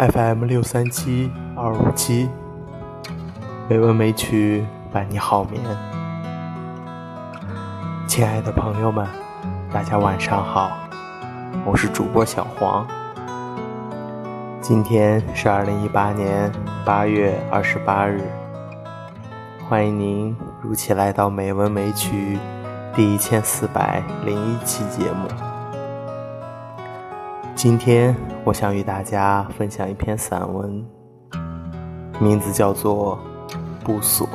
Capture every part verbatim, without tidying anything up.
F M 六三七二五七，美文美曲伴你好眠。亲爱的朋友们，大家晚上好，我是主播小黄。今天是二零一八年八月二十八日，欢迎您如期来到美文美曲第一千四百零一期节目。今天我想与大家分享一篇散文，名字叫做《不锁》。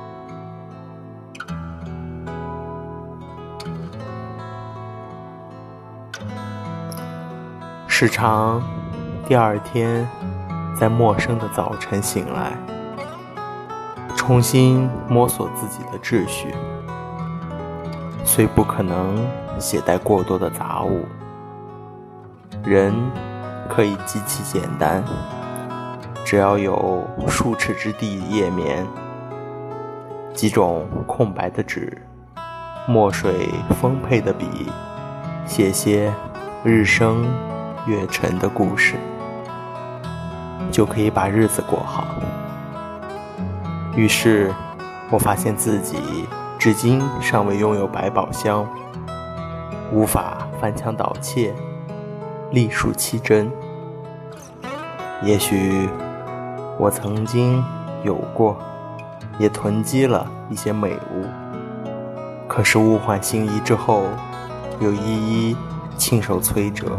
时常第二天在陌生的早晨醒来，重新摸索自己的秩序，虽不可能携带过多的杂物，人可以极其简单，只要有数尺之地页棉，几种空白的纸，墨水丰沛的笔，写些日升月沉的故事，就可以把日子过好。于是我发现自己至今尚未拥有百宝箱，无法翻墙倒窃，隶属其真。也许我曾经有过，也囤积了一些美物，可是物换星移之后，又一一亲手摧折。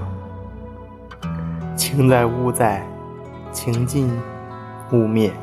情在物在，情尽物灭。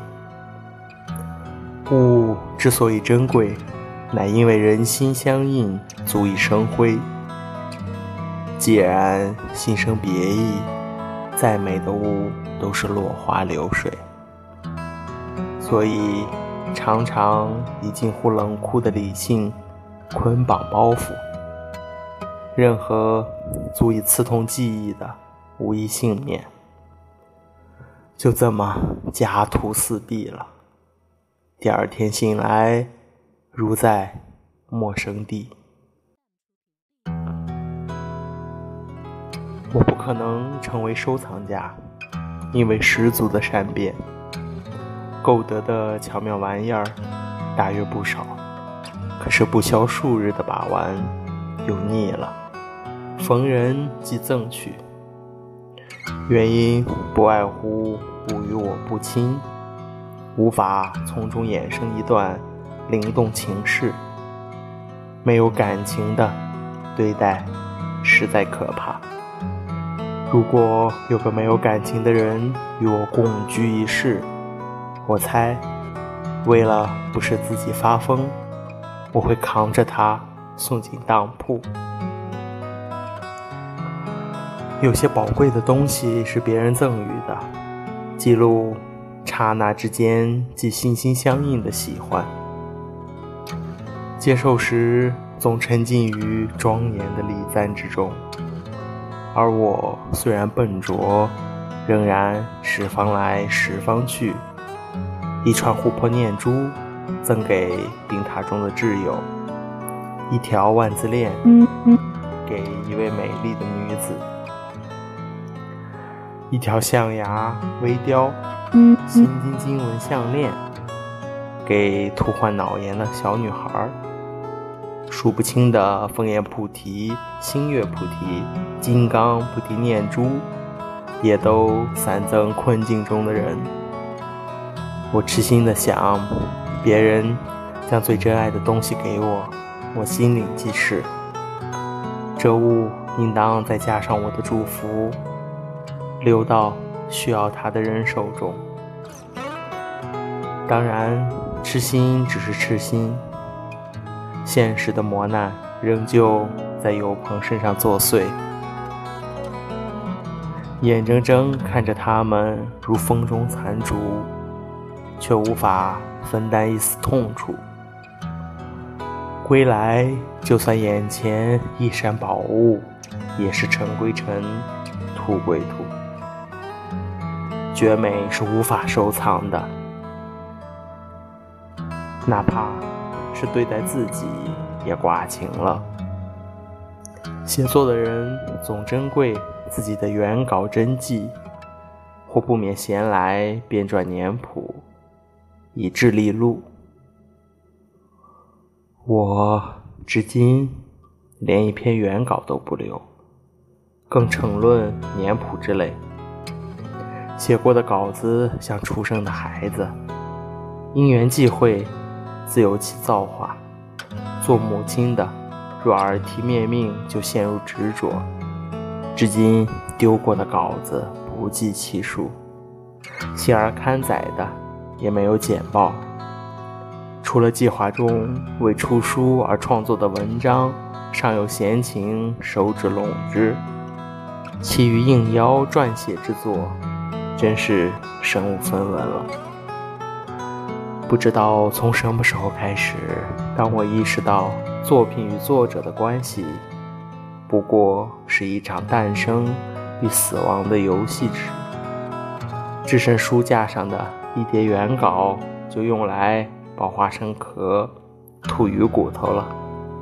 物之所以珍贵，乃因为人心相印，足以生辉。既然心生别意，再美的物都是落花流水。所以常常以近乎冷酷的理性捆绑包袱，任何足以刺痛记忆的无一幸免，就这么家徒四壁了。第二天醒来，如在陌生地。我不可能成为收藏家，因为十足的善变，购得的巧妙玩意儿大约不少，可是不消数日的把玩又腻了，逢人即赠去。原因不外乎物与我不亲，无法从中衍生一段灵动情事。没有感情的对待实在可怕。如果有个没有感情的人与我共居一室，我猜为了不使自己发疯，我会扛着他送进当铺。有些宝贵的东西是别人赠予的，记录刹那之间既心心相印的喜欢。接受时总沉浸于庄严的礼赞之中，而我虽然笨拙，仍然十方来十方去。一串琥珀念珠赠给冰塔中的挚友，一条万字链给一位美丽的女子，一条象牙微雕心经经文项链给突患脑炎的小女孩，数不清的枫叶菩提、星月菩提、金刚菩提念珠也都散赠困境中的人。我痴心地想，别人将最珍爱的东西给我，我心领即是，这物应当再加上我的祝福，流到需要它的人手中。当然，痴心只是痴心，现实的磨难仍旧在友朋身上作祟，眼睁睁看着他们如风中残烛，却无法分担一丝痛楚。归来，就算眼前一闪宝物，也是尘归尘，土归土。绝美是无法收藏的，哪怕是对待自己也寡情了。写作的人总珍贵自己的原稿真迹， 或不免闲来编撰年谱，以致立录。我至今连一篇原稿都不留，更骋论年谱之类。写过的稿子像出生的孩子，因缘际会，自有其造化。做母亲的若耳提面命，就陷入执着，至今丢过的稿子不计其数，写而刊载的也没有简报。除了计划中为出书而创作的文章尚有闲情手指拢之，其余应邀撰写之作真是身无分文了。不知道从什么时候开始，当我意识到作品与作者的关系不过是一场诞生与死亡的游戏时，置身书架上的一叠原稿就用来爆花生壳、吐鱼骨头了。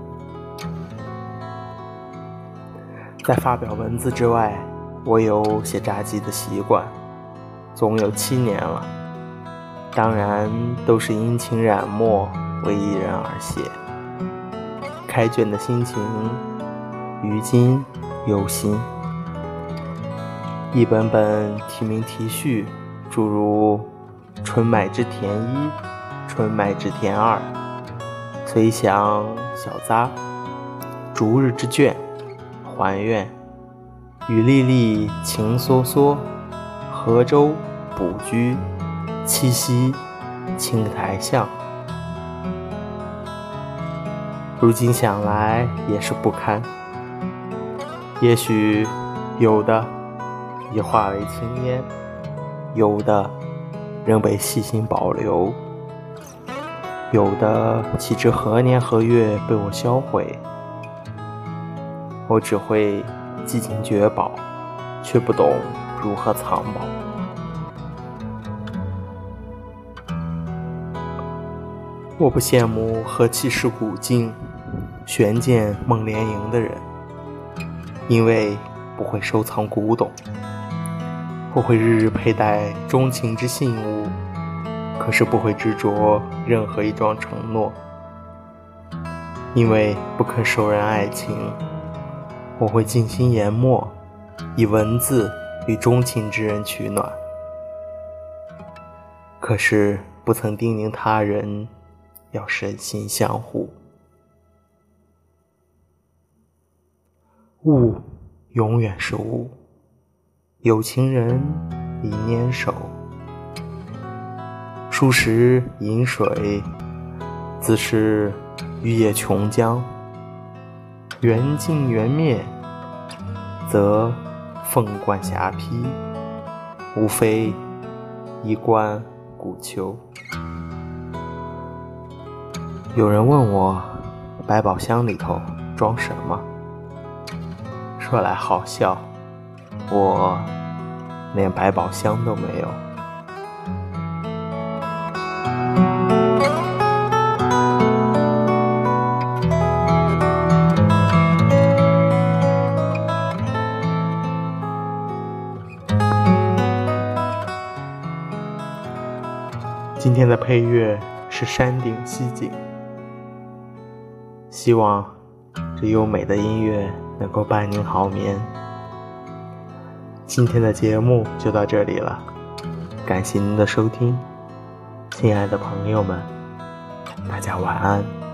在发表文字之外，我有写札记的习惯，总有七年了。当然都是殷勤染墨，为一人而写。开卷的心情于今犹新。一本本题名题序，诸如春麦之田一、春麦之田二、随想小杂、逐日之卷、还愿、雨沥沥晴飕飕、河州卜居、七夕、青苔巷，如今想来也是不堪。也许有的已化为青烟，有的仍被细心保留，有的岂知何年何月被我销毁。我只会几经绝宝，却不懂如何藏宝。我不羡慕和气势古今、悬剑梦连营的人，因为不会收藏古董。我会日日佩戴钟情之信物，可是不会执着任何一桩承诺，因为不肯受人爱情。我会静心研墨，以文字与钟情之人取暖，可是不曾叮咛他人要身心相护。物永远是物，有情人已拈手。数时饮水，自是渔业琼浆。缘尽缘灭，则凤冠霞帔，无非一冠古丘。有人问我，百宝箱里头装什么？说来好笑，我连百宝箱都没有。今天的配乐是山顶溪景，希望这优美的音乐能够伴您好眠。今天的节目就到这里了，感谢您的收听，亲爱的朋友们，大家晚安。